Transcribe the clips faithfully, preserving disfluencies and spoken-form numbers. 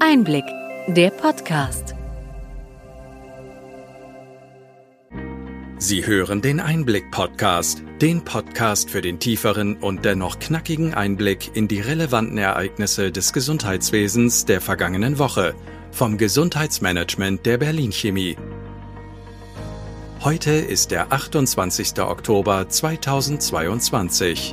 Einblick, der Podcast. Sie hören den Einblick-Podcast, den Podcast für den tieferen und dennoch knackigen Einblick in die relevanten Ereignisse des Gesundheitswesens der vergangenen Woche vom Gesundheitsmanagement der Berlin Chemie. Heute ist der achtundzwanzigster Oktober zweitausendzweiundzwanzig.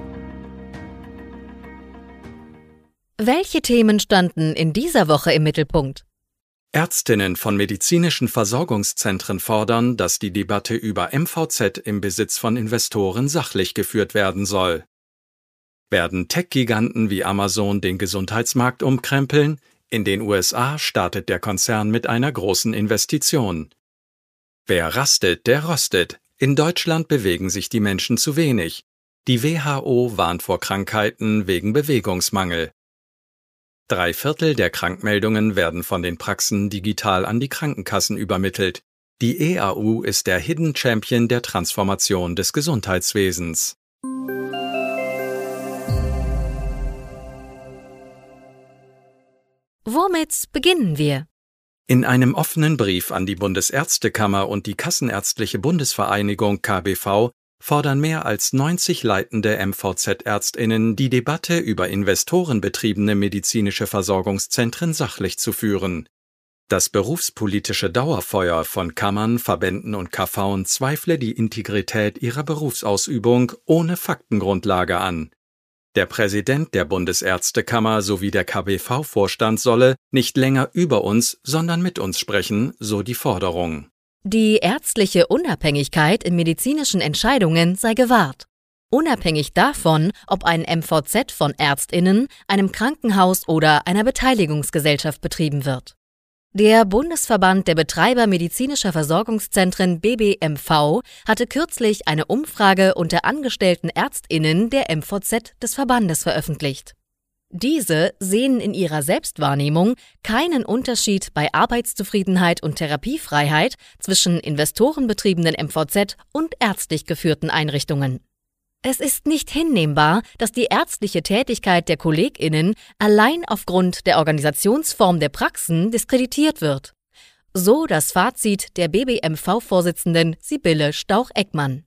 Welche Themen standen in dieser Woche im Mittelpunkt? Ärztinnen von medizinischen Versorgungszentren fordern, dass die Debatte über M V Z im Besitz von Investoren sachlich geführt werden soll. Werden Tech-Giganten wie Amazon den Gesundheitsmarkt umkrempeln? In den U S A startet der Konzern mit einer großen Investition. Wer rastet, der rostet. In Deutschland bewegen sich die Menschen zu wenig. Die W H O warnt vor Krankheiten wegen Bewegungsmangel. Drei Viertel der Krankmeldungen werden von den Praxen digital an die Krankenkassen übermittelt. Die E A U ist der Hidden Champion der Transformation des Gesundheitswesens. Womit beginnen wir? In einem offenen Brief an die Bundesärztekammer und die Kassenärztliche Bundesvereinigung K B V fordern mehr als neunzig leitende M V Z-ÄrztInnen, die Debatte über investorenbetriebene medizinische Versorgungszentren sachlich zu führen. Das berufspolitische Dauerfeuer von Kammern, Verbänden und K Vs zweifle die Integrität ihrer Berufsausübung ohne Faktengrundlage an. Der Präsident der Bundesärztekammer sowie der K B V-Vorstand solle nicht länger über uns, sondern mit uns sprechen, so die Forderung. Die ärztliche Unabhängigkeit in medizinischen Entscheidungen sei gewahrt. Unabhängig davon, ob ein M V Z von ÄrztInnen, einem Krankenhaus oder einer Beteiligungsgesellschaft betrieben wird. Der Bundesverband der Betreiber medizinischer Versorgungszentren B B M V hatte kürzlich eine Umfrage unter angestellten ÄrztInnen der M V Z des Verbandes veröffentlicht. Diese sehen in ihrer Selbstwahrnehmung keinen Unterschied bei Arbeitszufriedenheit und Therapiefreiheit zwischen investorenbetriebenen M V Z und ärztlich geführten Einrichtungen. Es ist nicht hinnehmbar, dass die ärztliche Tätigkeit der KollegInnen allein aufgrund der Organisationsform der Praxen diskreditiert wird. So das Fazit der B B M V-Vorsitzenden Sibylle Stauch-Eckmann.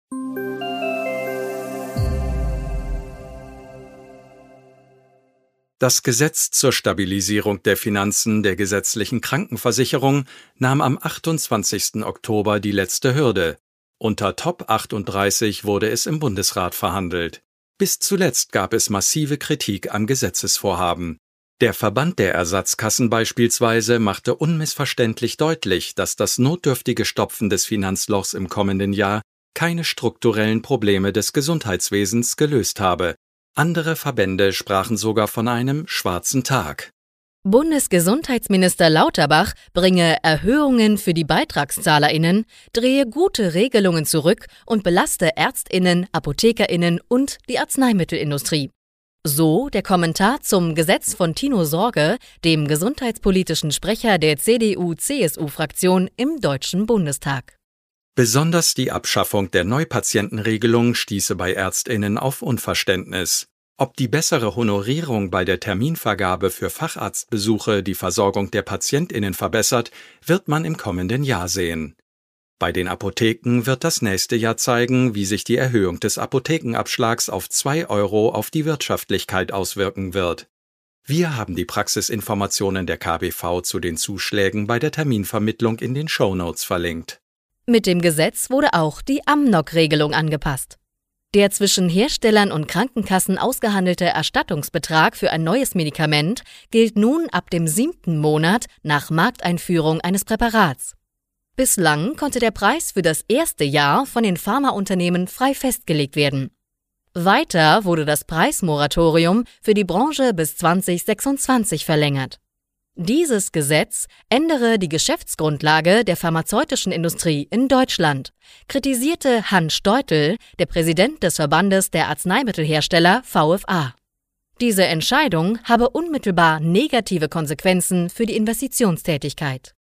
Das Gesetz zur Stabilisierung der Finanzen der gesetzlichen Krankenversicherung nahm am achtundzwanzigsten Oktober die letzte Hürde. Unter Top achtunddreißig wurde es im Bundesrat verhandelt. Bis zuletzt gab es massive Kritik am Gesetzesvorhaben. Der Verband der Ersatzkassen beispielsweise machte unmissverständlich deutlich, dass das notdürftige Stopfen des Finanzlochs im kommenden Jahr keine strukturellen Probleme des Gesundheitswesens gelöst habe. Andere Verbände sprachen sogar von einem schwarzen Tag. Bundesgesundheitsminister Lauterbach bringe Erhöhungen für die BeitragszahlerInnen, drehe gute Regelungen zurück und belaste ÄrztInnen, ApothekerInnen und die Arzneimittelindustrie. So der Kommentar zum Gesetz von Tino Sorge, dem gesundheitspolitischen Sprecher der C D U-C S U-Fraktion im Deutschen Bundestag. Besonders die Abschaffung der Neupatientenregelung stieße bei ÄrztInnen auf Unverständnis. Ob die bessere Honorierung bei der Terminvergabe für Facharztbesuche die Versorgung der PatientInnen verbessert, wird man im kommenden Jahr sehen. Bei den Apotheken wird das nächste Jahr zeigen, wie sich die Erhöhung des Apothekenabschlags auf zwei Euro auf die Wirtschaftlichkeit auswirken wird. Wir haben die Praxisinformationen der K B V zu den Zuschlägen bei der Terminvermittlung in den Shownotes verlinkt. Mit dem Gesetz wurde auch die Amnok-Regelung angepasst. Der zwischen Herstellern und Krankenkassen ausgehandelte Erstattungsbetrag für ein neues Medikament gilt nun ab dem siebten Monat nach Markteinführung eines Präparats. Bislang konnte der Preis für das erste Jahr von den Pharmaunternehmen frei festgelegt werden. Weiter wurde das Preismoratorium für die Branche bis zweitausendsechsundzwanzig verlängert. Dieses Gesetz ändere die Geschäftsgrundlage der pharmazeutischen Industrie in Deutschland, kritisierte Hans Steutel, der Präsident des Verbandes der Arzneimittelhersteller V F A. Diese Entscheidung habe unmittelbar negative Konsequenzen für die Investitionstätigkeit.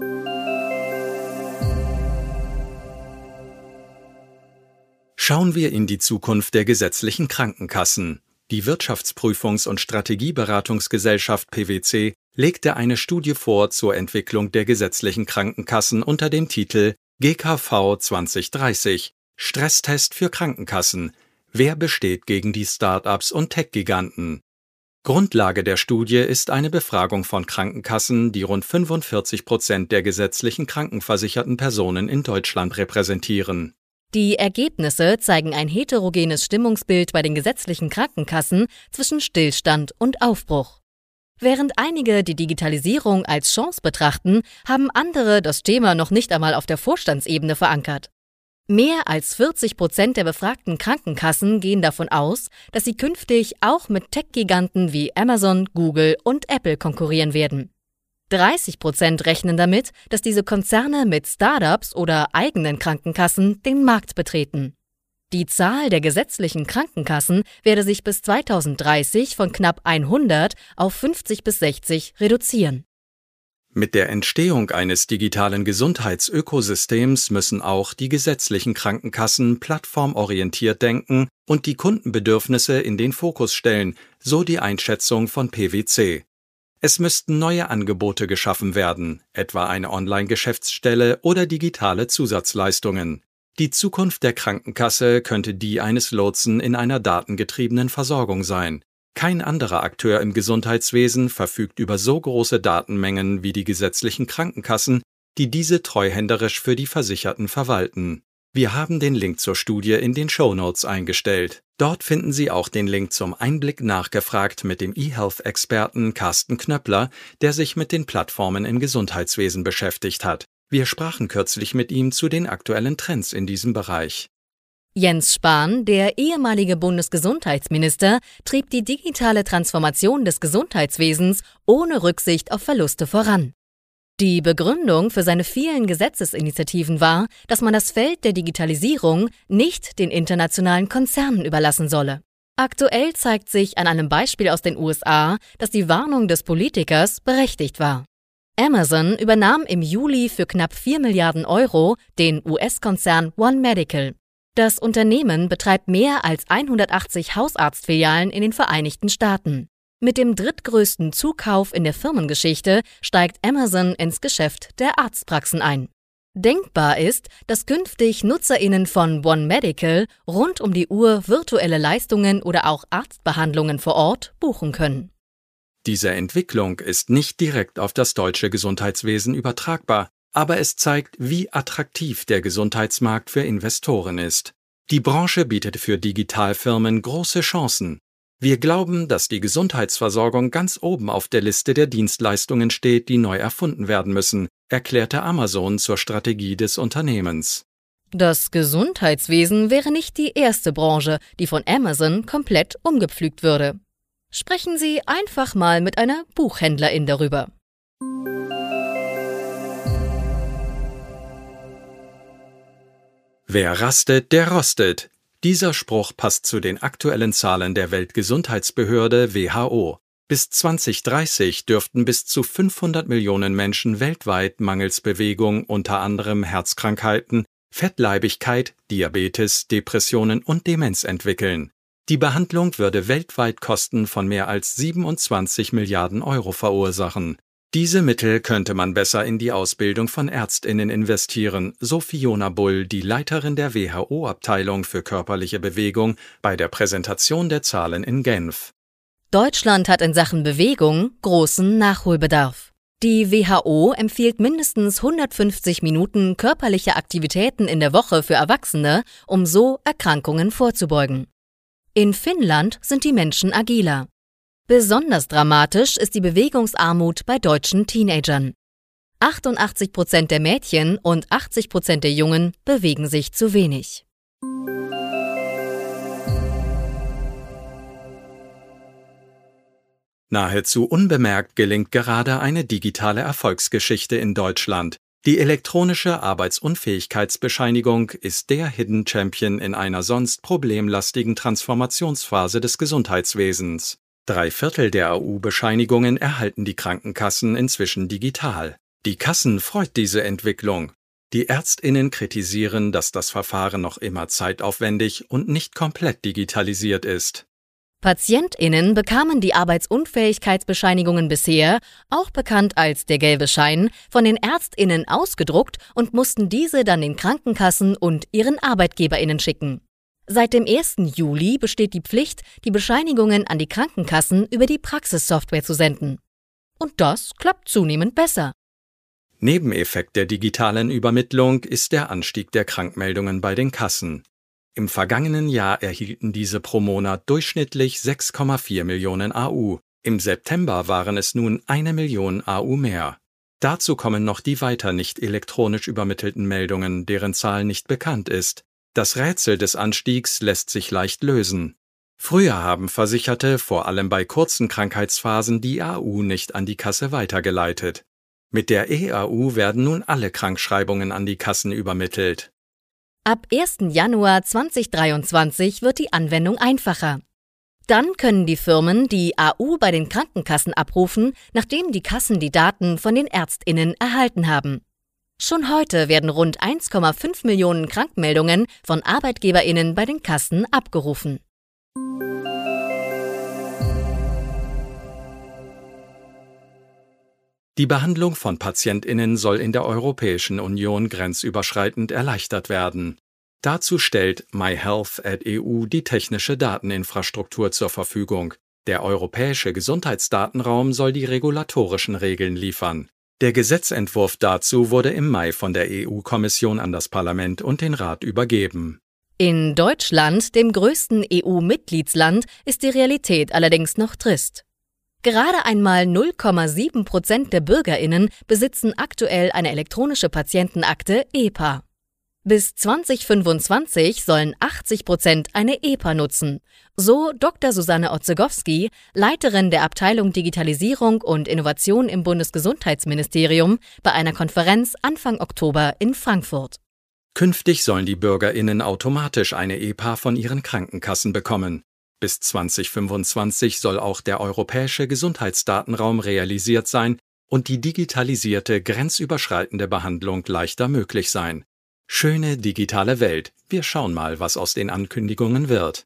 Schauen wir in die Zukunft der gesetzlichen Krankenkassen. Die Wirtschaftsprüfungs- und Strategieberatungsgesellschaft P W C legte eine Studie vor zur Entwicklung der gesetzlichen Krankenkassen unter dem Titel G K V zwanzig dreißig – Stresstest für Krankenkassen. Wer besteht gegen die Start-ups und Tech-Giganten? Grundlage der Studie ist eine Befragung von Krankenkassen, die rund fünfundvierzig Prozent der gesetzlichen krankenversicherten Personen in Deutschland repräsentieren. Die Ergebnisse zeigen ein heterogenes Stimmungsbild bei den gesetzlichen Krankenkassen zwischen Stillstand und Aufbruch. Während einige die Digitalisierung als Chance betrachten, haben andere das Thema noch nicht einmal auf der Vorstandsebene verankert. Mehr als vierzig Prozent der befragten Krankenkassen gehen davon aus, dass sie künftig auch mit Tech-Giganten wie Amazon, Google und Apple konkurrieren werden. dreißig Prozent rechnen damit, dass diese Konzerne mit Startups oder eigenen Krankenkassen den Markt betreten. Die Zahl der gesetzlichen Krankenkassen werde sich bis zweitausenddreißig von knapp hundert auf fünfzig bis sechzig reduzieren. Mit der Entstehung eines digitalen Gesundheitsökosystems müssen auch die gesetzlichen Krankenkassen plattformorientiert denken und die Kundenbedürfnisse in den Fokus stellen, so die Einschätzung von P W C. Es müssten neue Angebote geschaffen werden, etwa eine Online-Geschäftsstelle oder digitale Zusatzleistungen. Die Zukunft der Krankenkasse könnte die eines Lotsen in einer datengetriebenen Versorgung sein. Kein anderer Akteur im Gesundheitswesen verfügt über so große Datenmengen wie die gesetzlichen Krankenkassen, die diese treuhänderisch für die Versicherten verwalten. Wir haben den Link zur Studie in den Shownotes eingestellt. Dort finden Sie auch den Link zum Einblick nachgefragt mit dem eHealth-Experten Carsten Knöppler, der sich mit den Plattformen im Gesundheitswesen beschäftigt hat. Wir sprachen kürzlich mit ihm zu den aktuellen Trends in diesem Bereich. Jens Spahn, der ehemalige Bundesgesundheitsminister, trieb die digitale Transformation des Gesundheitswesens ohne Rücksicht auf Verluste voran. Die Begründung für seine vielen Gesetzesinitiativen war, dass man das Feld der Digitalisierung nicht den internationalen Konzernen überlassen solle. Aktuell zeigt sich an einem Beispiel aus den U S A, dass die Warnung des Politikers berechtigt war. Amazon übernahm im Juli für knapp vier Milliarden Euro den U S-Konzern One Medical. Das Unternehmen betreibt mehr als hundertachtzig Hausarztfilialen in den Vereinigten Staaten. Mit dem drittgrößten Zukauf in der Firmengeschichte steigt Amazon ins Geschäft der Arztpraxen ein. Denkbar ist, dass künftig NutzerInnen von One Medical rund um die Uhr virtuelle Leistungen oder auch Arztbehandlungen vor Ort buchen können. Diese Entwicklung ist nicht direkt auf das deutsche Gesundheitswesen übertragbar, aber es zeigt, wie attraktiv der Gesundheitsmarkt für Investoren ist. Die Branche bietet für Digitalfirmen große Chancen. Wir glauben, dass die Gesundheitsversorgung ganz oben auf der Liste der Dienstleistungen steht, die neu erfunden werden müssen, erklärte Amazon zur Strategie des Unternehmens. Das Gesundheitswesen wäre nicht die erste Branche, die von Amazon komplett umgepflügt würde. Sprechen Sie einfach mal mit einer Buchhändlerin darüber. Wer rastet, der rostet. Dieser Spruch passt zu den aktuellen Zahlen der Weltgesundheitsbehörde W H O. Bis zwanzig dreißig dürften bis zu fünfhundert Millionen Menschen weltweit mangels Bewegung unter anderem Herzkrankheiten, Fettleibigkeit, Diabetes, Depressionen und Demenz entwickeln. Die Behandlung würde weltweit Kosten von mehr als siebenundzwanzig Milliarden Euro verursachen. Diese Mittel könnte man besser in die Ausbildung von ÄrztInnen investieren, so Fiona Bull, die Leiterin der W H O-Abteilung für körperliche Bewegung, bei der Präsentation der Zahlen in Genf. Deutschland hat in Sachen Bewegung großen Nachholbedarf. Die W H O empfiehlt mindestens hundertfünfzig Minuten körperliche Aktivitäten in der Woche für Erwachsene, um so Erkrankungen vorzubeugen. In Finnland sind die Menschen agiler. Besonders dramatisch ist die Bewegungsarmut bei deutschen Teenagern. achtundachtzig Prozent der Mädchen und achtzig Prozent der Jungen bewegen sich zu wenig. Nahezu unbemerkt gelingt gerade eine digitale Erfolgsgeschichte in Deutschland. Die elektronische Arbeitsunfähigkeitsbescheinigung ist der Hidden Champion in einer sonst problemlastigen Transformationsphase des Gesundheitswesens. Drei Viertel der A U-Bescheinigungen erhalten die Krankenkassen inzwischen digital. Die Kassen freut diese Entwicklung. Die ÄrztInnen kritisieren, dass das Verfahren noch immer zeitaufwendig und nicht komplett digitalisiert ist. PatientInnen bekamen die Arbeitsunfähigkeitsbescheinigungen bisher, auch bekannt als der gelbe Schein, von den ÄrztInnen ausgedruckt und mussten diese dann den Krankenkassen und ihren ArbeitgeberInnen schicken. Seit dem ersten Juli besteht die Pflicht, die Bescheinigungen an die Krankenkassen über die Praxissoftware zu senden. Und das klappt zunehmend besser. Nebeneffekt der digitalen Übermittlung ist der Anstieg der Krankmeldungen bei den Kassen. Im vergangenen Jahr erhielten diese pro Monat durchschnittlich sechs Komma vier Millionen A U. Im September waren es nun eine Million A U mehr. Dazu kommen noch die weiter nicht elektronisch übermittelten Meldungen, deren Zahl nicht bekannt ist. Das Rätsel des Anstiegs lässt sich leicht lösen. Früher haben Versicherte vor allem bei kurzen Krankheitsphasen die A U nicht an die Kasse weitergeleitet. Mit der E-A U werden nun alle Krankschreibungen an die Kassen übermittelt. Ab ersten Januar zweitausenddreiundzwanzig wird die Anwendung einfacher. Dann können die Firmen die A U bei den Krankenkassen abrufen, nachdem die Kassen die Daten von den ÄrztInnen erhalten haben. Schon heute werden rund eins Komma fünf Millionen Krankmeldungen von ArbeitgeberInnen bei den Kassen abgerufen. Die Behandlung von PatientInnen soll in der Europäischen Union grenzüberschreitend erleichtert werden. Dazu stellt MyHealth at E U die technische Dateninfrastruktur zur Verfügung. Der europäische Gesundheitsdatenraum soll die regulatorischen Regeln liefern. Der Gesetzentwurf dazu wurde im Mai von der E U-Kommission an das Parlament und den Rat übergeben. In Deutschland, dem größten E U-Mitgliedsland, ist die Realität allerdings noch trist. Gerade einmal null Komma sieben Prozent der BürgerInnen besitzen aktuell eine elektronische Patientenakte E P A. Bis zweitausendfünfundzwanzig sollen achtzig Prozent eine E P A nutzen, so Doktor Susanne Otzegowski, Leiterin der Abteilung Digitalisierung und Innovation im Bundesgesundheitsministerium, bei einer Konferenz Anfang Oktober in Frankfurt. Künftig sollen die BürgerInnen automatisch eine E P A von ihren Krankenkassen bekommen. Bis zweitausendfünfundzwanzig soll auch der europäische Gesundheitsdatenraum realisiert sein und die digitalisierte, grenzüberschreitende Behandlung leichter möglich sein. Schöne digitale Welt. Wir schauen mal, was aus den Ankündigungen wird.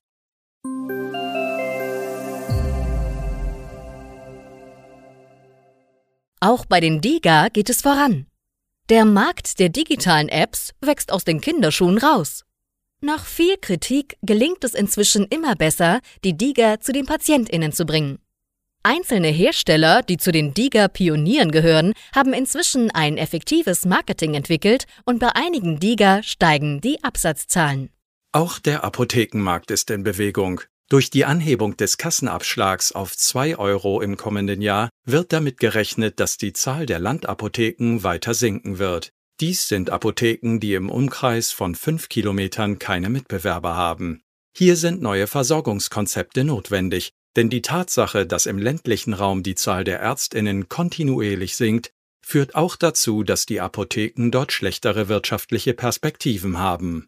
Auch bei den DiGA geht es voran. Der Markt der digitalen Apps wächst aus den Kinderschuhen raus. Nach viel Kritik gelingt es inzwischen immer besser, die DiGA zu den PatientInnen zu bringen. Einzelne Hersteller, die zu den DiGA-Pionieren gehören, haben inzwischen ein effektives Marketing entwickelt und bei einigen DiGA steigen die Absatzzahlen. Auch der Apothekenmarkt ist in Bewegung. Durch die Anhebung des Kassenabschlags auf zwei Euro im kommenden Jahr wird damit gerechnet, dass die Zahl der Landapotheken weiter sinken wird. Dies sind Apotheken, die im Umkreis von fünf Kilometern keine Mitbewerber haben. Hier sind neue Versorgungskonzepte notwendig, denn die Tatsache, dass im ländlichen Raum die Zahl der ÄrztInnen kontinuierlich sinkt, führt auch dazu, dass die Apotheken dort schlechtere wirtschaftliche Perspektiven haben.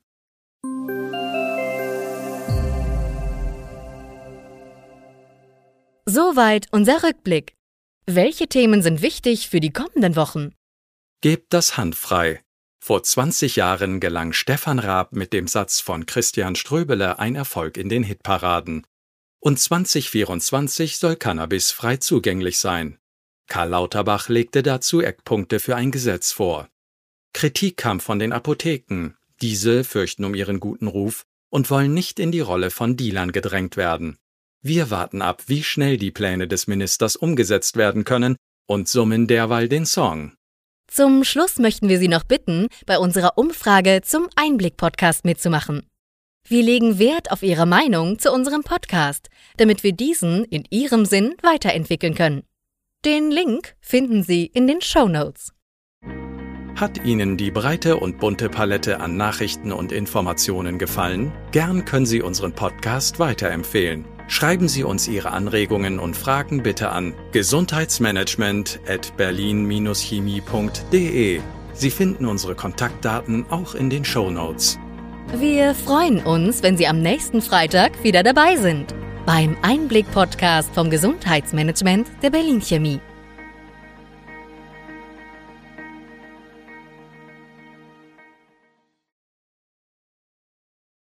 Soweit unser Rückblick. Welche Themen sind wichtig für die kommenden Wochen? Gebt das Hand frei. Vor zwanzig Jahren gelang Stefan Raab mit dem Satz von Christian Ströbele ein Erfolg in den Hitparaden. Und zwanzig vierundzwanzig soll Cannabis frei zugänglich sein. Karl Lauterbach legte dazu Eckpunkte für ein Gesetz vor. Kritik kam von den Apotheken. Diese fürchten um ihren guten Ruf und wollen nicht in die Rolle von Dealern gedrängt werden. Wir warten ab, wie schnell die Pläne des Ministers umgesetzt werden können und summen derweil den Song. Zum Schluss möchten wir Sie noch bitten, bei unserer Umfrage zum Einblick-Podcast mitzumachen. Wir legen Wert auf Ihre Meinung zu unserem Podcast, damit wir diesen in Ihrem Sinn weiterentwickeln können. Den Link finden Sie in den Shownotes. Hat Ihnen die breite und bunte Palette an Nachrichten und Informationen gefallen? Gern können Sie unseren Podcast weiterempfehlen. Schreiben Sie uns Ihre Anregungen und Fragen bitte an gesundheitsmanagement at berlin dash chemie punkt de. Sie finden unsere Kontaktdaten auch in den Shownotes. Wir freuen uns, wenn Sie am nächsten Freitag wieder dabei sind beim Einblick-Podcast vom Gesundheitsmanagement der Berlin Chemie.